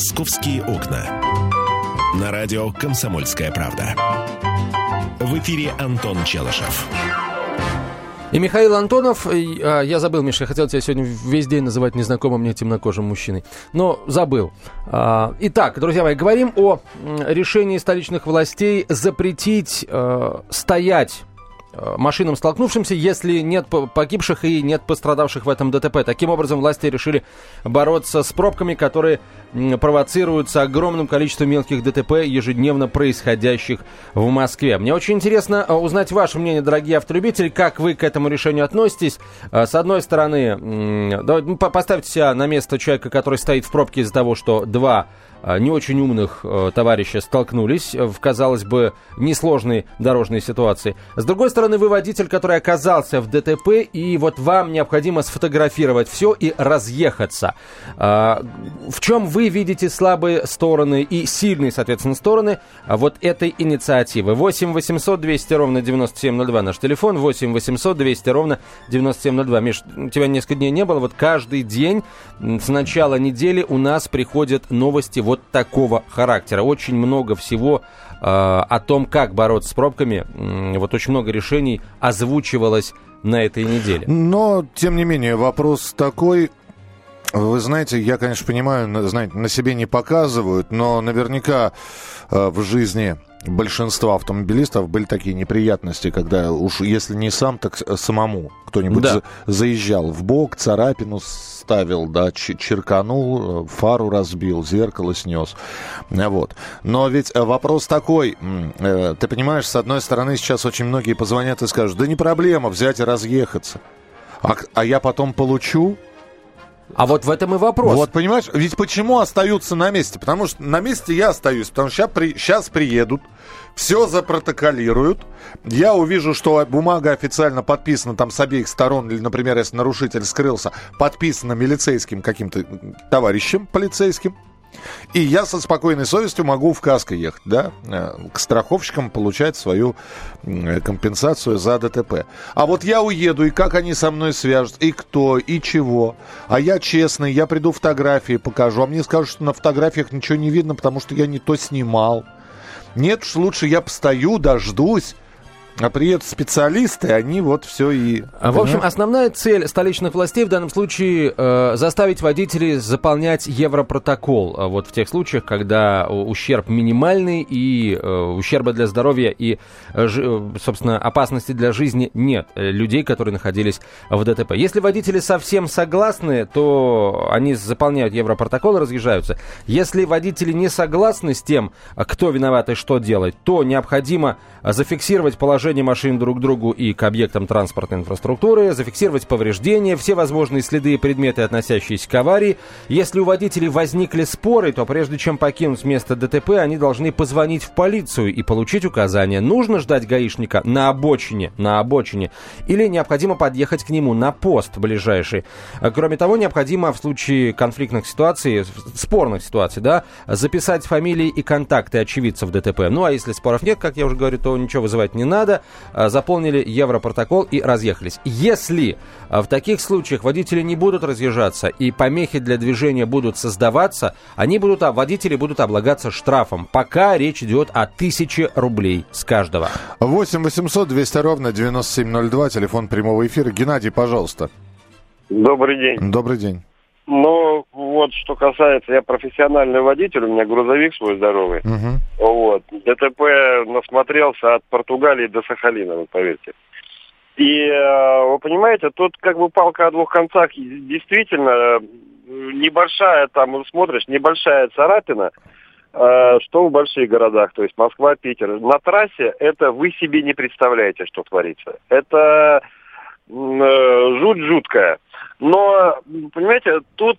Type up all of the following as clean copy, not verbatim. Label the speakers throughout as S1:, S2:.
S1: «Московские окна». На радио «Комсомольская правда». В эфире Антон Челышев.
S2: И Михаил Антонов. Я забыл, Миша, я хотел тебя сегодня весь день называть незнакомым мне темнокожим мужчиной, но забыл. Итак, друзья мои, говорим о решении столичных властей запретить стоять машинам, столкнувшимся, если нет погибших и нет пострадавших в этом ДТП. Таким образом, власти решили бороться с пробками, которые провоцируются огромным количеством мелких ДТП, ежедневно происходящих в Москве. Мне очень интересно узнать ваше мнение, дорогие автолюбители, как вы к этому решению относитесь. С одной стороны, поставьте себя на место человека, который стоит в пробке из-за того, что два не очень умных товарища столкнулись в, казалось бы, несложной дорожной ситуации. С другой стороны, вы водитель, который оказался в ДТП, и вот вам необходимо сфотографировать все и разъехаться. В чем вы видите слабые стороны и сильные, соответственно, стороны вот этой инициативы? 8 800 200 ровно 9702 наш телефон, 8 800 200 ровно 9702. Миш, у тебя несколько дней не было, вот каждый день с начала недели у нас приходят новости вот такого характера. Очень много всего о том, как бороться с пробками. Вот очень много решений озвучивалось на этой неделе.
S3: Но, тем не менее, вопрос такой. Вы знаете, я, конечно, понимаю, знаете, на себе не показывают, но наверняка в жизни большинства автомобилистов были такие неприятности, когда уж если не сам, так самому кто-нибудь заезжал в бок, царапину ставил, да, черканул, фару разбил, зеркало снес. Вот. Но ведь вопрос такой, ты понимаешь, с одной стороны сейчас очень многие позвонят и скажут, да не проблема взять и разъехаться, а я потом получу.
S2: А вот в этом и вопрос.
S3: Вот, понимаешь, ведь почему остаются на месте? Потому что на месте я остаюсь, потому что сейчас приедут, все запротоколируют, я увижу, что бумага официально подписана там с обеих сторон, или, например, если нарушитель скрылся, подписана милицейским каким-то товарищем полицейским. И я со спокойной совестью могу в каско ехать, да, к страховщикам получать свою компенсацию за ДТП. А вот я уеду, и как они со мной свяжут, и кто, и чего. А я честный, я приду фотографии покажу, а мне скажут, что на фотографиях ничего не видно, потому что я не то снимал. Нет уж, лучше я постою, дождусь. А приедут специалисты, они вот все и...
S2: В общем, основная цель столичных властей в данном случае заставить водителей заполнять европротокол. Вот в тех случаях, когда ущерб минимальный и ущерба для здоровья и, собственно, опасности для жизни нет людей, которые находились в ДТП. Если водители совсем согласны, то они заполняют европротокол и разъезжаются. Если водители не согласны с тем, кто виноват и что делать, то необходимо зафиксировать положение машин друг к другу и к объектам транспортной инфраструктуры, зафиксировать повреждения, все возможные следы и предметы, относящиеся к аварии. Если у водителей возникли споры, то прежде чем покинуть место ДТП, они должны позвонить в полицию и получить указания. Нужно ждать гаишника на обочине, или необходимо подъехать к нему на пост ближайший. Кроме того, необходимо в случае конфликтных ситуаций, спорных ситуаций, да, записать фамилии и контакты очевидцев ДТП. Ну, а если споров нет, как я уже говорю, то ничего вызывать не надо. Заполнили европротокол и разъехались. Если в таких случаях водители не будут разъезжаться и помехи для движения будут создаваться, водители будут облагаться штрафом. Пока речь идет о 1000 рублей с каждого.
S3: 8 800 200 ровно 9702, телефон прямого эфира. Геннадий, пожалуйста.
S4: Добрый день.
S3: Добрый день.
S4: Ну, вот, что касается, я профессиональный водитель, у меня грузовик свой здоровый. Вот. ДТП насмотрелся от Португалии до Сахалина, вы поверьте. И, вы понимаете, тут как бы палка о двух концах. Действительно, небольшая, там, смотришь, небольшая царапина, что в больших городах, то есть Москва, Питер. На трассе это вы себе не представляете, что творится. Это жуть жуткая. Но, понимаете, тут,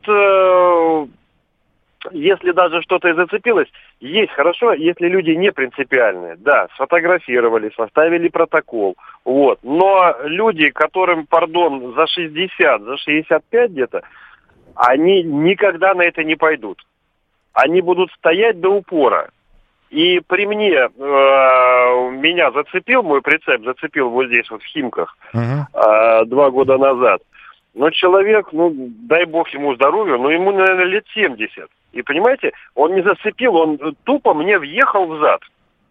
S4: если даже что-то и зацепилось, есть хорошо, если люди не принципиальные. Да, сфотографировали, составили протокол, вот. Но люди, которым, пардон, за 60, за 65 где-то, они никогда на это не пойдут. Они будут стоять до упора. И при мне, меня зацепил, мой прицеп зацепил вот здесь вот в Химках 2 года назад. Но человек, дай бог ему здоровья, но ему, наверное, лет 70. И понимаете, он не зацепил, он тупо мне въехал в зад.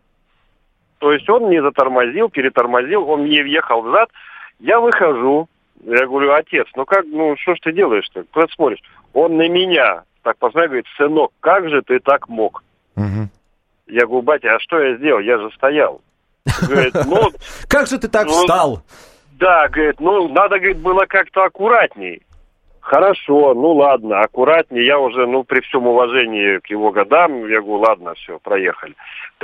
S4: То есть он не затормозил, перетормозил, он мне въехал в зад. Я выхожу, я говорю, отец, что ж ты делаешь-то? Куда ты смотришь? Он на меня так посмотрел, говорит, сынок, как же ты так мог?
S3: Угу.
S4: Я говорю, батя, а что я сделал? Я же стоял. Говорит,
S2: как же ты так встал?
S4: Да, говорит, надо, говорит, было как-то аккуратней. Хорошо, ладно, аккуратнее. Я уже, при всем уважении к его годам, я говорю, ладно, все, проехали.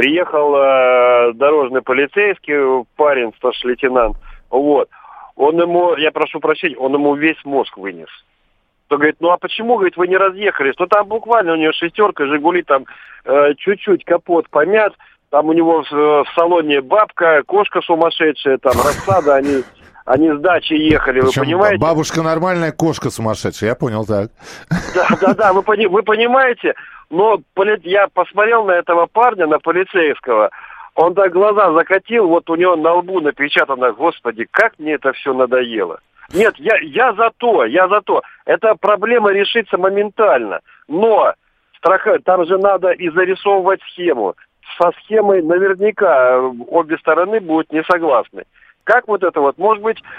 S4: Приехал дорожный полицейский, парень, старший лейтенант, вот. Он ему, я прошу прощения, он ему весь мозг вынес. То говорит, а почему, говорит, вы не разъехались? Там буквально у него шестерка, Жигули, там чуть-чуть капот помят, там у него в салоне бабка, кошка сумасшедшая, там рассада, они с дачи ехали,
S3: причем
S4: вы понимаете?
S3: Бабушка нормальная, кошка сумасшедшая, я понял, так.
S4: Да, вы понимаете? Но я посмотрел на этого парня, на полицейского, он так глаза закатил, вот у него на лбу напечатано, господи, как мне это все надоело. Нет, я за то. Эта проблема решится моментально. Но там же надо и зарисовывать схему. Со схемой наверняка обе стороны будут не согласны. Как вот это вот? Может быть,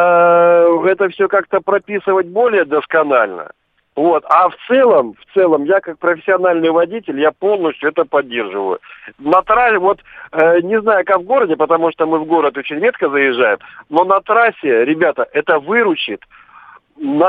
S4: это все как-то прописывать более досконально? Вот. А в целом, я как профессиональный водитель, я полностью это поддерживаю. На трассе, не знаю, как в городе, потому что мы в город очень редко заезжаем, но на трассе, ребята, это выручит на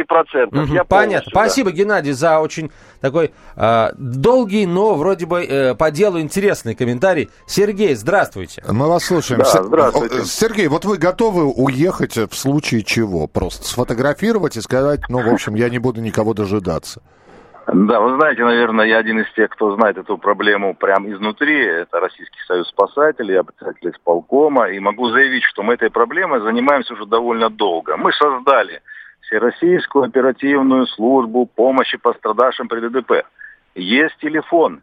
S4: 200%.
S2: Понятно. Спасибо, Геннадий, за очень такой долгий, но вроде бы по делу интересный комментарий. Сергей, здравствуйте.
S3: Мы вас слушаем.
S4: Да, здравствуйте.
S3: Сергей, вот вы готовы уехать в случае чего? Просто сфотографировать и сказать, в общем, я не буду никого дожидаться.
S5: Да, вы знаете, наверное, я один из тех, кто знает эту проблему прямо изнутри. Это Российский союз спасателей, я председатель исполкома. И могу заявить, что мы этой проблемой занимаемся уже довольно долго. Мы создали Всероссийскую оперативную службу помощи пострадавшим при ДТП. Есть телефон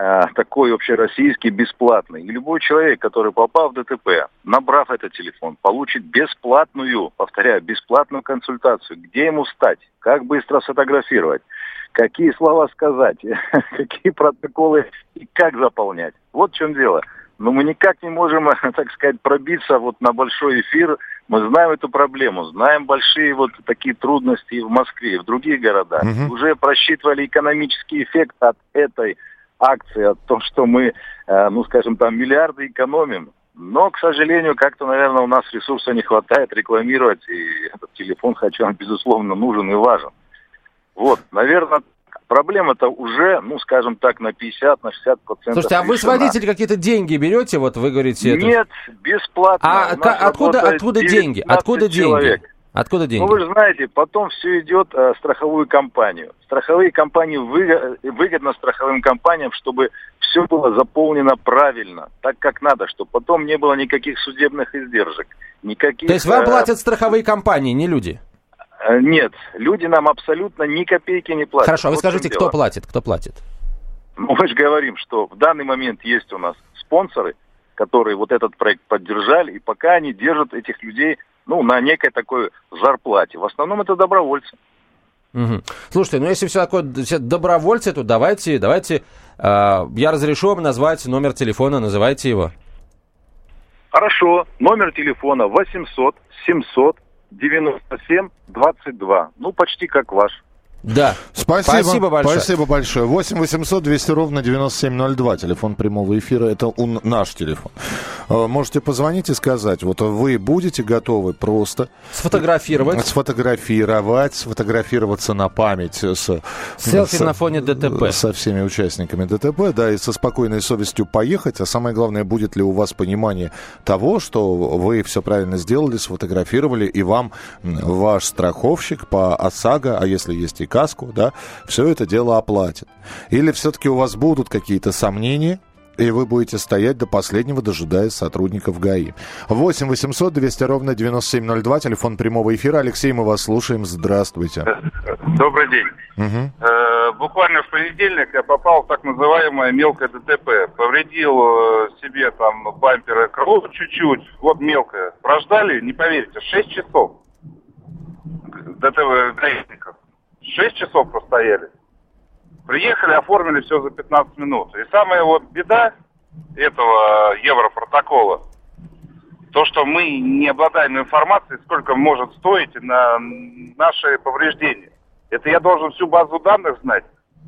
S5: такой общероссийский, бесплатный. И любой человек, который попал в ДТП, набрав этот телефон, получит бесплатную, повторяю, бесплатную консультацию. Где ему встать, как быстро сфотографировать, какие слова сказать, какие протоколы и как заполнять. Вот в чем дело. Но мы никак не можем, так сказать, пробиться на большой эфир. Мы знаем эту проблему, знаем большие такие трудности и в Москве, и в других городах. Уже просчитывали экономический эффект от этой акции, от того, что мы, миллиарды экономим. Но, к сожалению, как-то, наверное, у нас ресурса не хватает рекламировать, и этот телефон, он, безусловно, нужен и важен. Наверное, проблема-то уже, на 50, на 60%.
S2: Слушайте, а вы с водителя какие-то деньги берете, вы говорите это?
S5: Нет, бесплатно.
S2: А откуда деньги? Откуда деньги? Откуда деньги?
S5: Вы же знаете, потом все идет в страховую компанию. Страховые компании выгодно страховым компаниям, чтобы все было заполнено правильно, так как надо, чтобы потом не было никаких судебных издержек. То
S2: есть вам платят страховые компании, не люди?
S5: Нет, люди нам абсолютно ни копейки не платят.
S2: Хорошо, вы скажите, кто платит?
S5: Мы же говорим, что в данный момент есть у нас спонсоры, которые этот проект поддержали, и пока они держат этих людей, на некой такой зарплате. В основном это добровольцы.
S2: Угу. Слушайте, если все добровольцы, то давайте, я разрешу вам назвать номер телефона, называйте его.
S5: Хорошо, номер телефона 800 700 97 22. Почти как ваш.
S2: Да.
S3: Спасибо большое. Спасибо большое. 8 800 200 ровно 9702. Телефон прямого эфира. Это наш телефон. Можете позвонить и сказать, вы будете готовы просто сфотографироваться на память
S2: селфи на фоне ДТП.
S3: Со всеми участниками ДТП, да, и со спокойной совестью поехать. А самое главное, будет ли у вас понимание того, что вы все правильно сделали, сфотографировали, и вам ваш страховщик по ОСАГО, а если есть и каску, да, все это дело оплатит. Или все-таки у вас будут какие-то сомнения, и вы будете стоять до последнего, дожидаясь сотрудников ГАИ. 8 800 200 ровно 9702, телефон прямого эфира. Алексей, мы вас слушаем. Здравствуйте.
S6: Добрый день. Буквально в понедельник я попал в так называемое мелкое ДТП. Повредил себе бампер и крыло чуть-чуть, мелкое. Прождали, не поверите, 6 часов. ДТП гаишников. 6 часов простояли. Приехали, оформили все за 15 минут. И самая вот беда этого Европротокола, то, что мы не обладаем информацией, сколько может стоить на наши повреждения. Это я должен всю базу данных знать.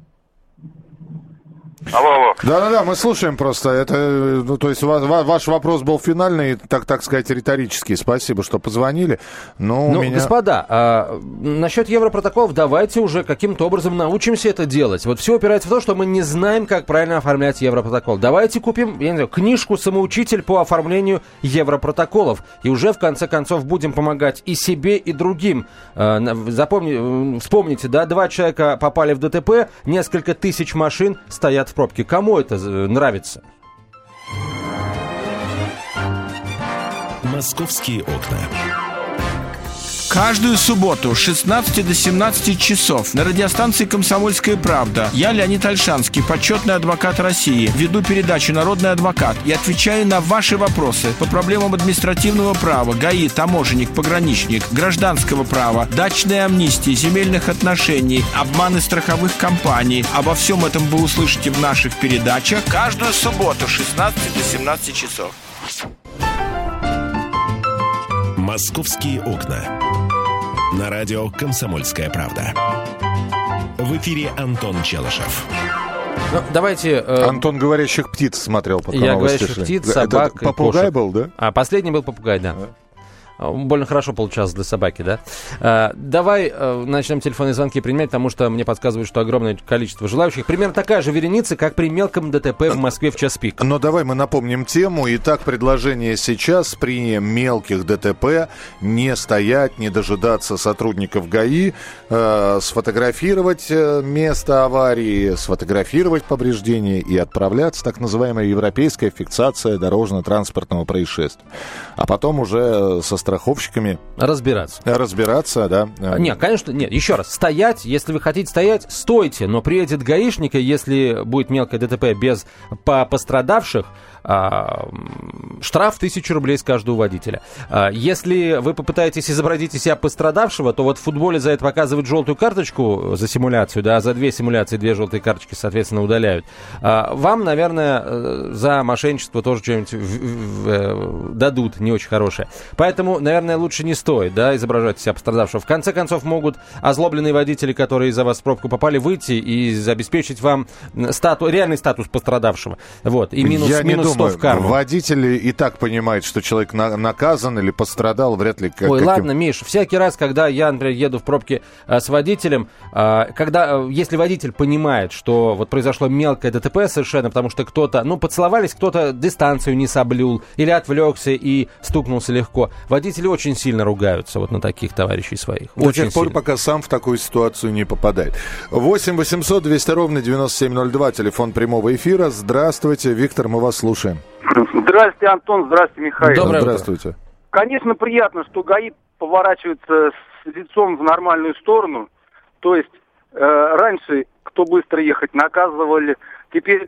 S6: Алло.
S3: Да-да-да, мы слушаем просто. Это, то есть ваш вопрос был финальный, так сказать, риторический. Спасибо, что позвонили.
S2: Господа, насчет Европротоколов давайте уже каким-то образом научимся это делать. Вот все упирается в то, что мы не знаем, как правильно оформлять Европротокол. Давайте купим, я не знаю, книжку «Самоучитель по оформлению Европротоколов». И уже, в конце концов, будем помогать и себе, и другим. Вспомните, да, 2 человека попали в ДТП, несколько тысяч машин стоят в пробке. Кому это нравится?
S1: «Московские окна».
S7: Каждую субботу с 16 до 17 часов на радиостанции «Комсомольская правда» я, Леонид Ольшанский, почетный адвокат России, веду передачу «Народный адвокат» и отвечаю на ваши вопросы по проблемам административного права, ГАИ, таможенник, пограничник, гражданского права, дачной амнистии, земельных отношений, обманы страховых компаний. Обо всем этом вы услышите в наших передачах каждую субботу с 16 до 17 часов.
S1: «Московские окна». На радио «Комсомольская правда». В эфире Антон Челышев.
S2: Ну, давайте...
S3: Антон говорящих птиц смотрел, пока
S2: я
S3: новости
S2: говорящих
S3: шли.
S2: птиц, собак и
S3: попугай
S2: кошек.
S3: Был, да?
S2: Последний был попугай, да. Больно хорошо получалось для собаки, да? Давай начнем телефонные звонки принимать, потому что мне подсказывают, что огромное количество желающих. Примерно такая же вереница, как при мелком ДТП в Москве в час пик.
S3: Но давай мы напомним тему. Итак, предложение сейчас при мелких ДТП не стоять, не дожидаться сотрудников ГАИ, сфотографировать место аварии, сфотографировать повреждения и отправляться, так называемая европейская фиксация дорожно-транспортного происшествия. А потом уже со страховщиками разбираться, да.
S2: Нет, конечно, нет. Еще раз, стоять, если вы хотите стоять, стойте, но приедет гаишник, и если будет мелкое ДТП без пострадавших, штраф 1000 рублей с каждого водителя. Если вы попытаетесь изобразить из себя пострадавшего, то вот в футболе за это показывают желтую карточку за симуляцию, да, за 2 симуляции 2 желтые карточки, соответственно, удаляют. Вам, наверное, за мошенничество тоже что-нибудь дадут не очень хорошее. Поэтому, наверное, лучше не стоит, да, изображать из себя пострадавшего. В конце концов, могут озлобленные водители, которые за вас в пробку попали, выйти и обеспечить вам реальный статус пострадавшего. Вот, и минус 100 в карму.
S3: Водители и так понимают, что человек наказан или пострадал, вряд ли...
S2: Ладно, Миш, всякий раз, когда я, например, еду в пробке с водителем, если водитель понимает, что вот произошло мелкое ДТП совершенно, потому что кто-то, поцеловались, кто-то дистанцию не соблюл или отвлекся и стукнулся легко, водители очень сильно ругаются вот на таких товарищей своих.
S3: До тех пор, пока сам в такую ситуацию не попадает. 8 800 200 ровно 9702, телефон прямого эфира. Здравствуйте, Виктор, мы вас слушаем.
S8: Здравствуйте, Антон, здравствуйте, Михаил.
S2: Доброе
S3: Здравствуйте.
S2: утро.
S8: Конечно, приятно, что ГАИ поворачивается с лицом в нормальную сторону. То есть раньше, кто быстро ехать, наказывали. Теперь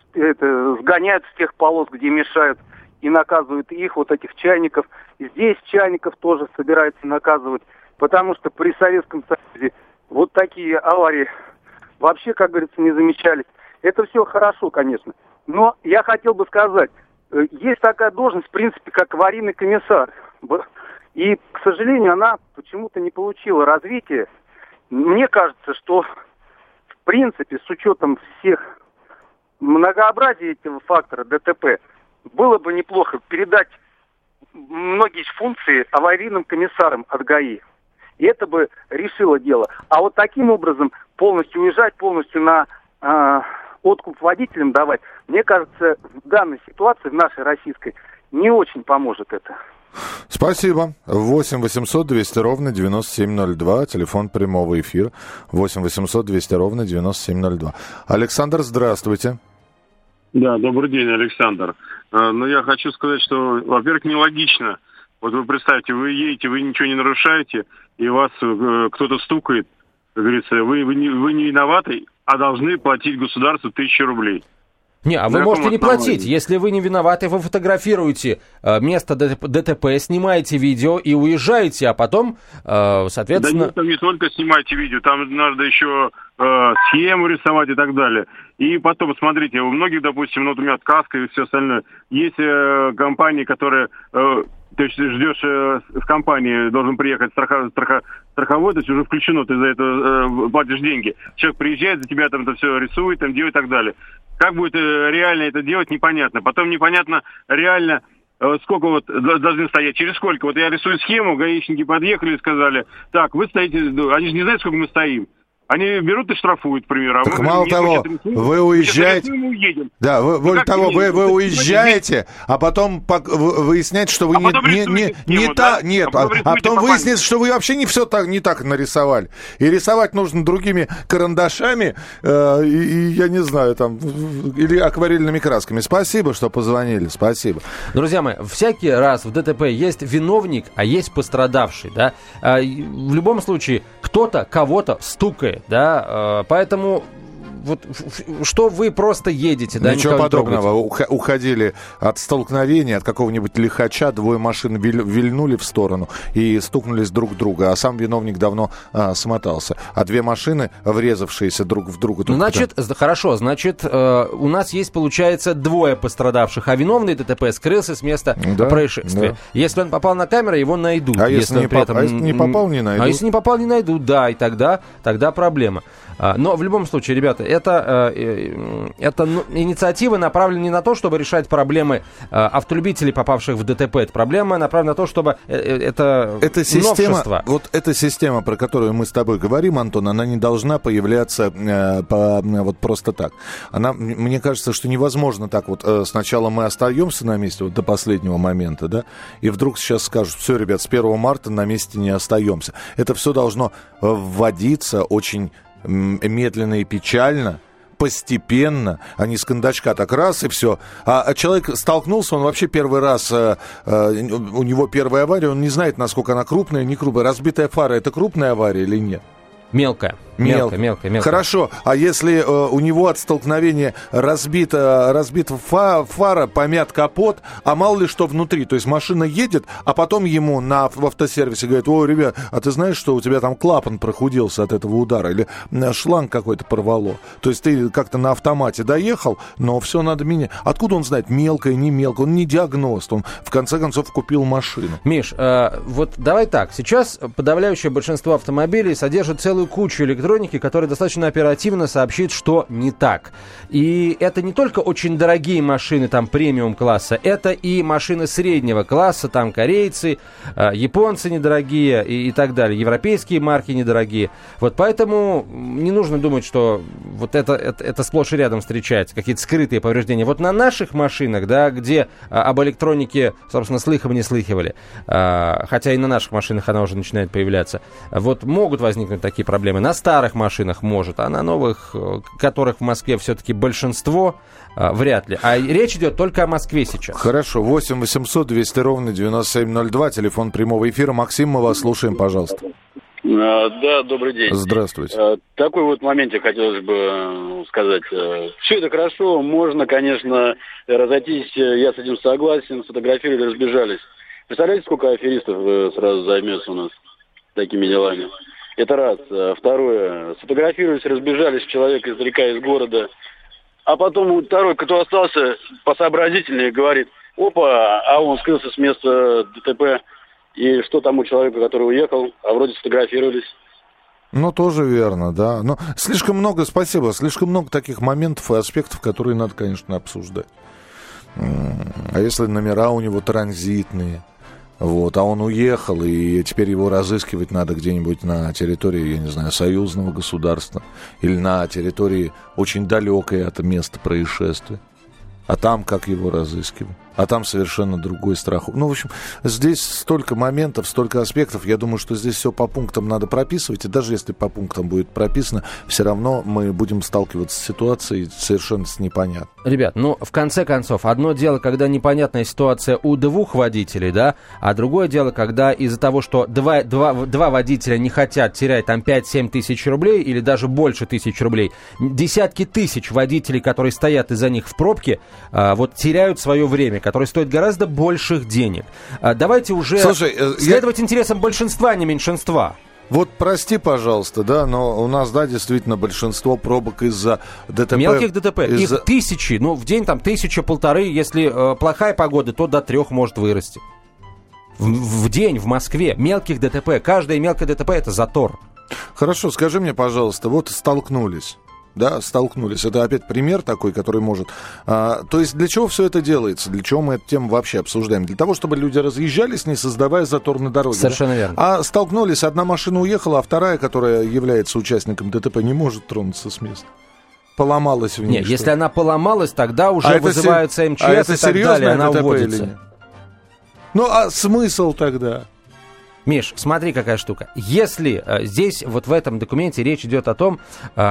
S8: сгоняют с тех полос, где мешают, и наказывают их, вот этих чайников. И здесь чайников тоже собираются наказывать. Потому что при Советском Союзе вот такие аварии вообще, как говорится, не замечались. Это все хорошо, конечно. Но я хотел бы сказать, есть такая должность, в принципе, как аварийный комиссар. И, к сожалению, она почему-то не получила развития. Мне кажется, что, в принципе, с учетом всех многообразия этого фактора ДТП, было бы неплохо передать многие функции аварийным комиссарам от ГАИ. И это бы решило дело. А вот таким образом полностью уезжать, полностью на... откуп водителям давать, мне кажется, в данной ситуации, в нашей российской, не очень поможет это.
S3: Спасибо. 8 800 200 ровно 9702, телефон прямого эфира. 8 800 200 ровно 9702. Александр, здравствуйте.
S9: Да, добрый день, Александр. Но я хочу сказать, что, во-первых, нелогично. Вот вы представьте, вы едете, вы ничего не нарушаете, и вас кто-то стукает, как говорится, вы не виноваты, а должны платить государству 1000 рублей.
S2: Не, а вы можете не платить. Если вы не виноваты, вы фотографируете место ДТП, снимаете видео и уезжаете, а потом, соответственно...
S9: Да нет, там не только снимайте видео, там надо еще схему рисовать и так далее. И потом, смотрите, у многих, допустим, вот у меня каска и все остальное, есть компании, которые... То есть ждешь в компании, должен приехать страховой, то есть уже включено, ты за это платишь деньги. Человек приезжает, за тебя там это все рисует, там делает и так далее. Как будет реально это делать, непонятно. Потом непонятно реально, сколько вот должны стоять, через сколько. Вот я рисую схему, гаишники подъехали и сказали, так, вы стоите, они же не знают, сколько мы стоим. Они берут и штрафуют, к примеру.
S3: Так мало того, вы уезжаете... Да, вы уезжаете, а потом выясняется, что вы потом выяснится, что вы вообще не все так не так нарисовали. И рисовать нужно другими карандашами, и я не знаю, там, или акварельными красками. Спасибо, что позвонили, спасибо.
S2: Друзья мои, всякий раз в ДТП есть виновник, а есть пострадавший, да. В любом случае, кто-то кого-то стукает. Да, поэтому вот что вы просто едете, да,
S3: ничего подобного. Уходили от столкновения, от какого-нибудь лихача, двое машин вильнули в сторону и стукнулись друг в друга, а сам виновник давно смотался. А две машины, врезавшиеся друг в друга...
S2: Значит, хорошо, значит, у нас есть, получается, двое пострадавших, а виновный ДТП скрылся с места происшествия. Да. Если он попал на камеру, его найдут.
S3: А если не попал, не найдут.
S2: А если не попал, не найдут, да, и тогда проблема. Но в любом случае, ребята, это инициатива направлена не на то, чтобы решать проблемы автолюбителей, попавших в ДТП. Это проблема направлена на то, чтобы это новшество.
S3: Вот эта система, про которую мы с тобой говорим, Антон, она не должна появляться вот просто так. Мне кажется, что невозможно так вот. Сначала мы остаемся на месте вот до последнего момента, да, и вдруг сейчас скажут, все, ребят, с 1 марта на месте не остаемся. Это все должно вводиться очень медленно и печально, постепенно, а не с кондачка так раз и все. А человек столкнулся, он вообще первый раз, у него первая авария, он не знает, насколько она крупная, не крупная. Разбитая фара — это крупная авария или нет?
S2: Мелкая.
S3: Хорошо, а если у него от столкновения разбита фара, помят капот, а мало ли что внутри, то есть машина едет, а потом ему в автосервисе говорят: ой, ребят, а ты знаешь, что у тебя там клапан прохудился от этого удара, или шланг какой-то порвало. То есть ты как-то на автомате доехал, но все надо менять. Откуда он знает, мелкое, не мелкое? Он не диагност, он в конце концов купил машину.
S2: Миш, вот давай так, сейчас подавляющее большинство автомобилей содержит целую кучу электроники, которая достаточно оперативно сообщит, что не так. И это не только очень дорогие машины, там, премиум-класса, это и машины среднего класса, там, корейцы, японцы недорогие и так далее, европейские марки недорогие. Вот поэтому не нужно думать, что вот это сплошь и рядом встречается, какие-то скрытые повреждения. Вот на наших машинах, да, где об электронике, собственно, слыхом не слыхивали, хотя и на наших машинах она уже начинает появляться, вот могут возникнуть такие проблемы. На старых машинах может, а на новых, которых в Москве все-таки большинство, вряд ли. А речь идет только о Москве сейчас.
S3: Хорошо. 8 800 200 ровно 9702, телефон прямого эфира. Максим, мы вас слушаем, пожалуйста.
S10: Да, добрый день.
S3: Здравствуйте.
S10: Такой вот моментик хотелось бы сказать. Все это хорошо, можно, конечно, разойтись, я с этим согласен, сфотографировали, разбежались. Представляете, сколько аферистов сразу займется у нас такими делами? Это раз. Второе. Сфотографировались, разбежались, человек издалека из города. А потом второй, кто остался посообразительнее, говорит: опа, а он скрылся с места ДТП. И что там у человека, который уехал, а вроде сфотографировались.
S3: Ну, тоже верно, да. Но слишком много таких моментов и аспектов, которые надо, конечно, обсуждать. А если номера у него транзитные? Вот, а он уехал, и теперь его разыскивать надо где-нибудь на территории, я не знаю, союзного государства или на территории очень далекой от места происшествия. А там как его разыскивать? а там совершенно другой страх. Ну, в общем, здесь столько моментов, столько аспектов. Я думаю, что здесь все по пунктам надо прописывать. И даже если по пунктам будет прописано, все равно мы будем сталкиваться с ситуацией совершенно непонятной.
S2: Ребят, ну, в конце концов, одно дело, когда непонятная ситуация у двух водителей, да, а другое дело, когда из-за того, что два водителя не хотят терять там 5-7 тысяч рублей или даже больше тысяч рублей, десятки тысяч водителей, которые стоят из-за них в пробке, вот теряют свое время, которое стоит гораздо больших денег. Давайте уже следовать интересам большинства, а не меньшинства.
S3: Вот прости, пожалуйста, да, но у нас, да, действительно большинство пробок из-за ДТП.
S2: Мелких ДТП. Их тысячи, ну, в день там 1000-1500, если плохая погода, то до 3 может вырасти. В день в Москве мелких ДТП. Каждое мелкое ДТП — это затор.
S3: Хорошо, скажи мне, пожалуйста, вот столкнулись. Да, столкнулись. Это опять пример такой, который может... то есть для чего все это делается? Для чего мы эту тему вообще обсуждаем? Для того, чтобы люди разъезжались, не создавая затор на дороге.
S2: Совершенно верно.
S3: А столкнулись, одна машина уехала, а вторая, которая является участником ДТП, не может тронуться с места. Поломалась в ней.
S2: Нет, если она поломалась, тогда уже вызываются МЧС и так далее, она уводится.
S3: Ну, а смысл тогда?
S2: Миш, смотри, какая штука. Если здесь, вот в этом документе речь идет о том,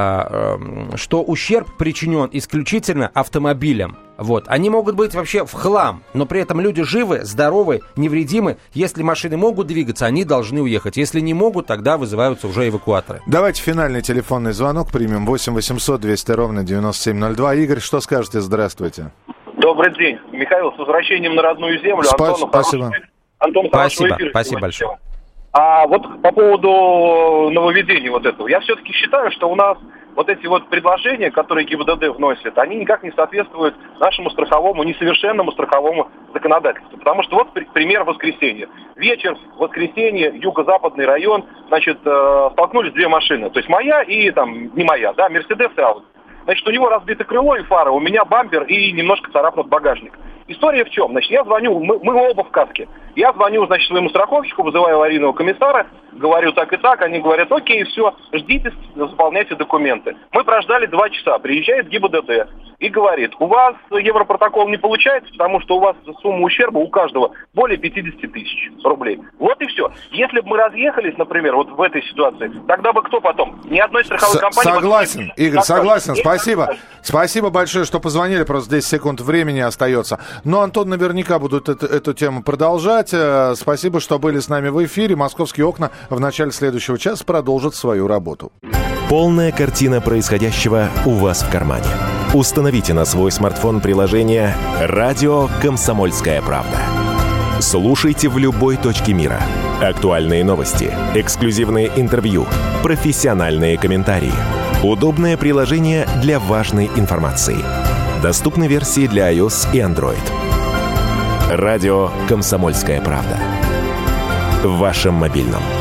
S2: что ущерб причинен исключительно автомобилям. Вот. Они могут быть вообще в хлам, но при этом люди живы, здоровы, невредимы. Если машины могут двигаться, они должны уехать. Если не могут, тогда вызываются уже эвакуаторы.
S3: Давайте финальный телефонный звонок примем. 8 800 200 ровно 9702. Игорь, что скажете? Здравствуйте.
S11: Добрый день. Михаил, с возвращением на родную землю.
S3: Спасибо.
S11: Антон,
S2: спасибо большое.
S11: А вот по поводу нововведений вот этого, я все-таки считаю, что у нас вот эти вот предложения, которые ГИБДД вносит, они никак не соответствуют нашему страховому, несовершенному страховому законодательству. Потому что вот пример воскресенья. Вечер, воскресенье, юго-западный район, значит, столкнулись две машины. То есть моя и там не моя, да, Мерседес и Ауди. Значит, у него разбито крыло и фара, у меня бампер и немножко царапнут багажник. История в чем? Значит, я звоню, мы оба в каске. Я звоню, значит, своему страховщику, вызываю аварийного комиссара, говорю так и так, они говорят, окей, все, ждите, заполняйте документы. Мы прождали 2 часа, приезжает ГИБДД и говорит, у вас европротокол не получается, потому что у вас сумма ущерба у каждого более 50 тысяч рублей. Вот и все. Если бы мы разъехались, например, вот в этой ситуации, тогда бы кто потом? Ни одной страховой компании...
S3: Согласен, Игорь, согласен, спасибо. Спасибо большое, что позвонили, просто 10 секунд времени остается. Но Антон наверняка будет эту тему продолжать. Спасибо, что были с нами в эфире. «Московские окна» в начале следующего часа продолжат свою работу.
S1: Полная картина происходящего у вас в кармане. Установите на свой смартфон приложение «Радио Комсомольская правда». Слушайте в любой точке мира. Актуальные новости, эксклюзивные интервью, профессиональные комментарии. Удобное приложение для важной информации. Доступны версии для iOS и Android. Радио «Комсомольская правда». В вашем мобильном.